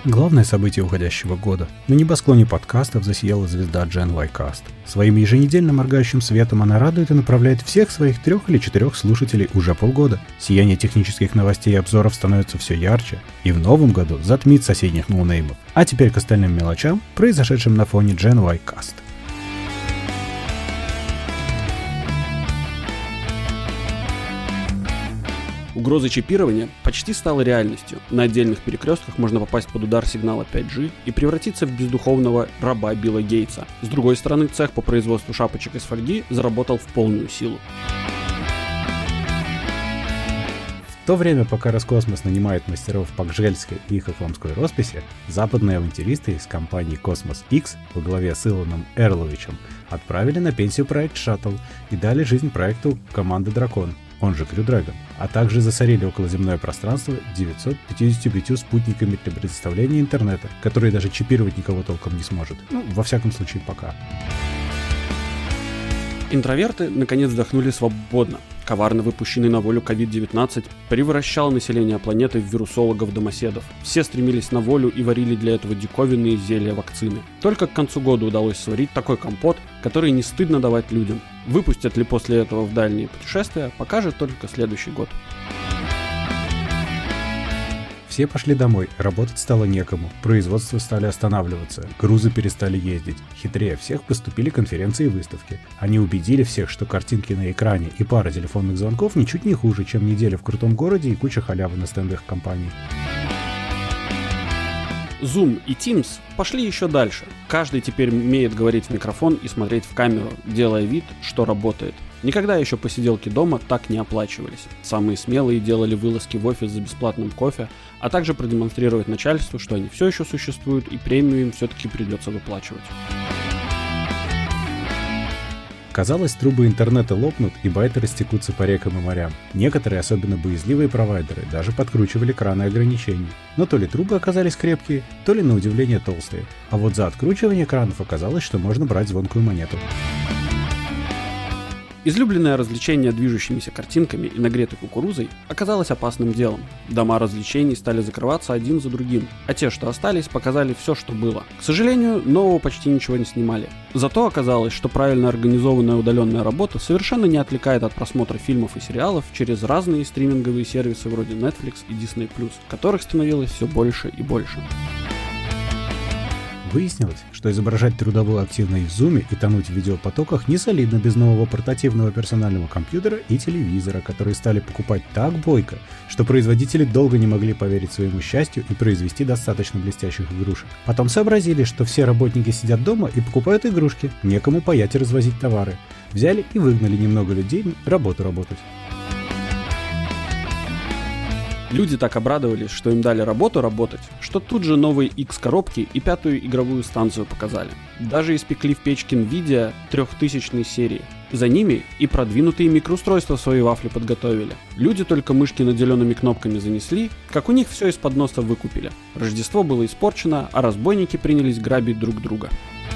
Главное событие уходящего года. На небосклоне подкастов засияла звезда Gen Y Cast. Своим еженедельно моргающим светом она радует и направляет всех своих 3 или 4 слушателей уже полгода. Сияние технических новостей и обзоров становится все ярче, и в новом году затмит соседних ноунеймов. А теперь к остальным мелочам, произошедшим на фоне Gen Y Cast. Угроза чипирования почти стала реальностью. На отдельных перекрестках можно попасть под удар сигнала 5G и превратиться в бездуховного раба Билла Гейтса. С другой стороны, цех по производству шапочек из фольги заработал в полную силу. В то время, пока Роскосмос нанимает мастеров по гжельской и хохломской росписи, западные авантюристы из компании Cosmos X во главе с Илоном Эрловичем отправили на пенсию проект Shuttle и дали жизнь проекту команды Дракон, он же Crew Dragon, а также засорили околоземное пространство 955 спутниками для предоставления интернета, которые даже чипировать никого толком не сможет. Во всяком случае, пока. Интроверты наконец вздохнули свободно. Коварно выпущенный на волю COVID-19 превращал население планеты в вирусологов-домоседов. Все стремились на волю и варили для этого диковинные зелья вакцины. Только к концу года удалось сварить такой компот, который не стыдно давать людям. Выпустят ли после этого в дальние путешествия, покажет только следующий год. Все пошли домой, работать стало некому, производства стали останавливаться, грузы перестали ездить. Хитрее всех поступили конференции и выставки. Они убедили всех, что картинки на экране и пара телефонных звонков ничуть не хуже, чем неделя в крутом городе и куча халявы на стендах компаний. Zoom и Teams пошли еще дальше. Каждый теперь умеет говорить в микрофон и смотреть в камеру, делая вид, что работает. Никогда еще посиделки дома так не оплачивались. Самые смелые делали вылазки в офис за бесплатным кофе, а также продемонстрировать начальству, что они все еще существуют и премию им все-таки придется выплачивать. Казалось, трубы интернета лопнут и байты растекутся по рекам и морям. Некоторые, особенно боязливые провайдеры, даже подкручивали краны ограничений. Но то ли трубы оказались крепкие, то ли, на удивление, толстые. А вот за откручивание кранов оказалось, что можно брать звонкую монету. Излюбленное развлечение движущимися картинками и нагретой кукурузой оказалось опасным делом. Дома развлечений стали закрываться один за другим, а те, что остались, показали все, что было. К сожалению, нового почти ничего не снимали. Зато оказалось, что правильно организованная удаленная работа совершенно не отвлекает от просмотра фильмов и сериалов через разные стриминговые сервисы вроде Netflix и Disney+, которых становилось все больше и больше. Выяснилось, что изображать трудовую активность в Zoom и тонуть в видеопотоках не солидно без нового портативного персонального компьютера и телевизора, которые стали покупать так бойко, что производители долго не могли поверить своему счастью и произвести достаточно блестящих игрушек. Потом сообразили, что все работники сидят дома и покупают игрушки, некому паять и развозить товары. Взяли и выгнали немного людей работу работать. Люди так обрадовались, что им дали работу работать, что тут же новые X-коробки и 5-ю игровую станцию показали. Даже испекли в печке NVIDIA 3000 серии. За ними и продвинутые микроустройства свои вафли подготовили. Люди только мышки наделенными кнопками занесли, как у них все из-под носа выкупили. Рождество было испорчено, а разбойники принялись грабить друг друга.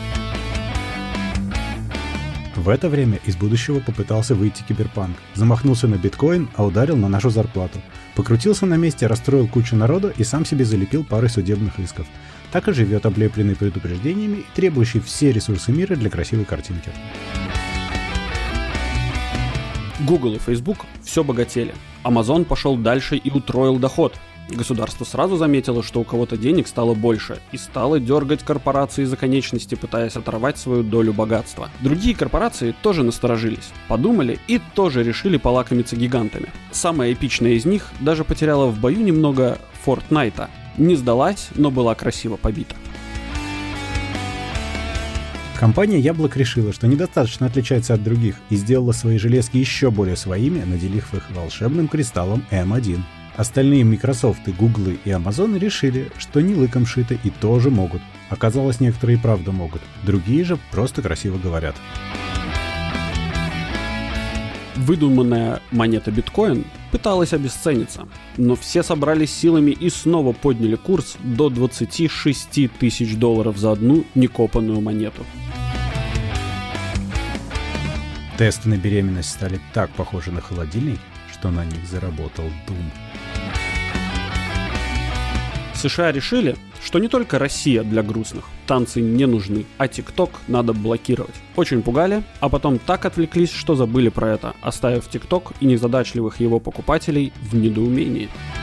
В это время из будущего попытался выйти Киберпанк. Замахнулся на биткоин, а ударил на нашу зарплату. Покрутился на месте, расстроил кучу народа и сам себе залепил парой судебных исков. Так и живет облепленный предупреждениями и требующий все ресурсы мира для красивой картинки. Google и Facebook все богатели. Amazon пошел дальше и утроил доход. Государство сразу заметило, что у кого-то денег стало больше, и стало дергать корпорации за конечности, пытаясь оторвать свою долю богатства. Другие корпорации тоже насторожились, подумали и тоже решили полакомиться гигантами. Самая эпичная из них даже потеряла в бою немного Fortnite. Не сдалась, но была красиво побита. Компания Яблок решила, что недостаточно отличается от других, и сделала свои железки еще более своими, наделив их волшебным кристаллом M1. Остальные Microsoft, Google и Amazon решили, что не лыком шиты и тоже могут. Оказалось, некоторые и правда могут, другие же просто красиво говорят. Выдуманная монета биткоин пыталась обесцениться, но все собрались силами и снова подняли курс до $26 тысяч за одну некопанную монету. Тесты на беременность стали так похожи на холодильник, что на них заработал Doom. США решили, что не только Россия для грустных, танцы не нужны, а ТикТок надо блокировать. Очень пугали, а потом так отвлеклись, что забыли про это, оставив ТикТок и незадачливых его покупателей в недоумении.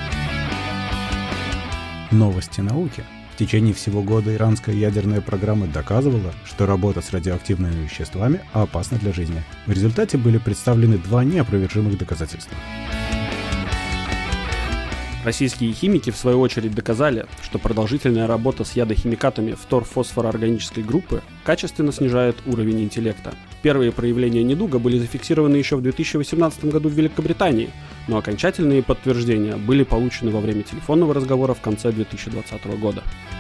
Новости науки. В течение всего года иранская ядерная программа доказывала, что работа с радиоактивными веществами опасна для жизни. В результате были представлены два неопровержимых доказательства. Российские химики, в свою очередь, доказали, что продолжительная работа с ядохимикатами фтор-фосфороорганической группы качественно снижает уровень интеллекта. Первые проявления недуга были зафиксированы еще в 2018 году в Великобритании, но окончательные подтверждения были получены во время телефонного разговора в конце 2020 года.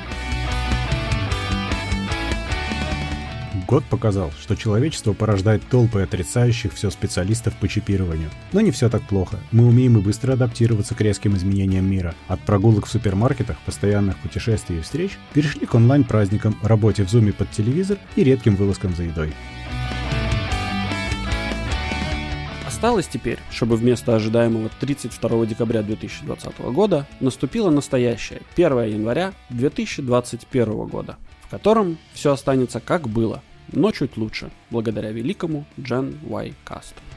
Год показал, что человечество порождает толпы отрицающих все специалистов по чипированию. Но не все так плохо. Мы умеем и быстро адаптироваться к резким изменениям мира. От прогулок в супермаркетах, постоянных путешествий и встреч перешли к онлайн-праздникам, работе в зуме под телевизор и редким вылазкам за едой. Осталось теперь, чтобы вместо ожидаемого 32 декабря 2020 года наступило настоящее 1 января 2021 года, в котором все останется как было, но чуть лучше, благодаря великому Gen Y Cast.